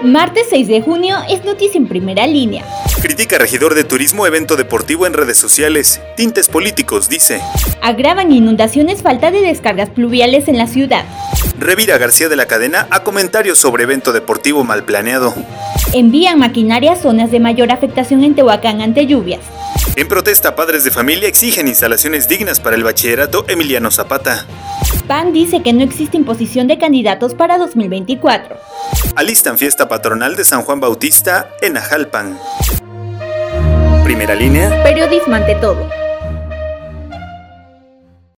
Martes 6 de junio es noticia en primera línea. Critica regidor de turismo evento deportivo en redes sociales. Tintes políticos, dice. Agravan inundaciones, falta de descargas pluviales en la ciudad. Revira García de la Cadena a comentarios sobre evento deportivo mal planeado. Envían maquinaria a zonas de mayor afectación en Tehuacán ante lluvias. En protesta, padres de familia exigen instalaciones dignas para el bachillerato Emiliano Zapata. PAN dice que no existe imposición de candidatos para 2024. Alistan fiesta patronal de San Juan Bautista en Ajalpan. Primera línea. Periodismo ante todo.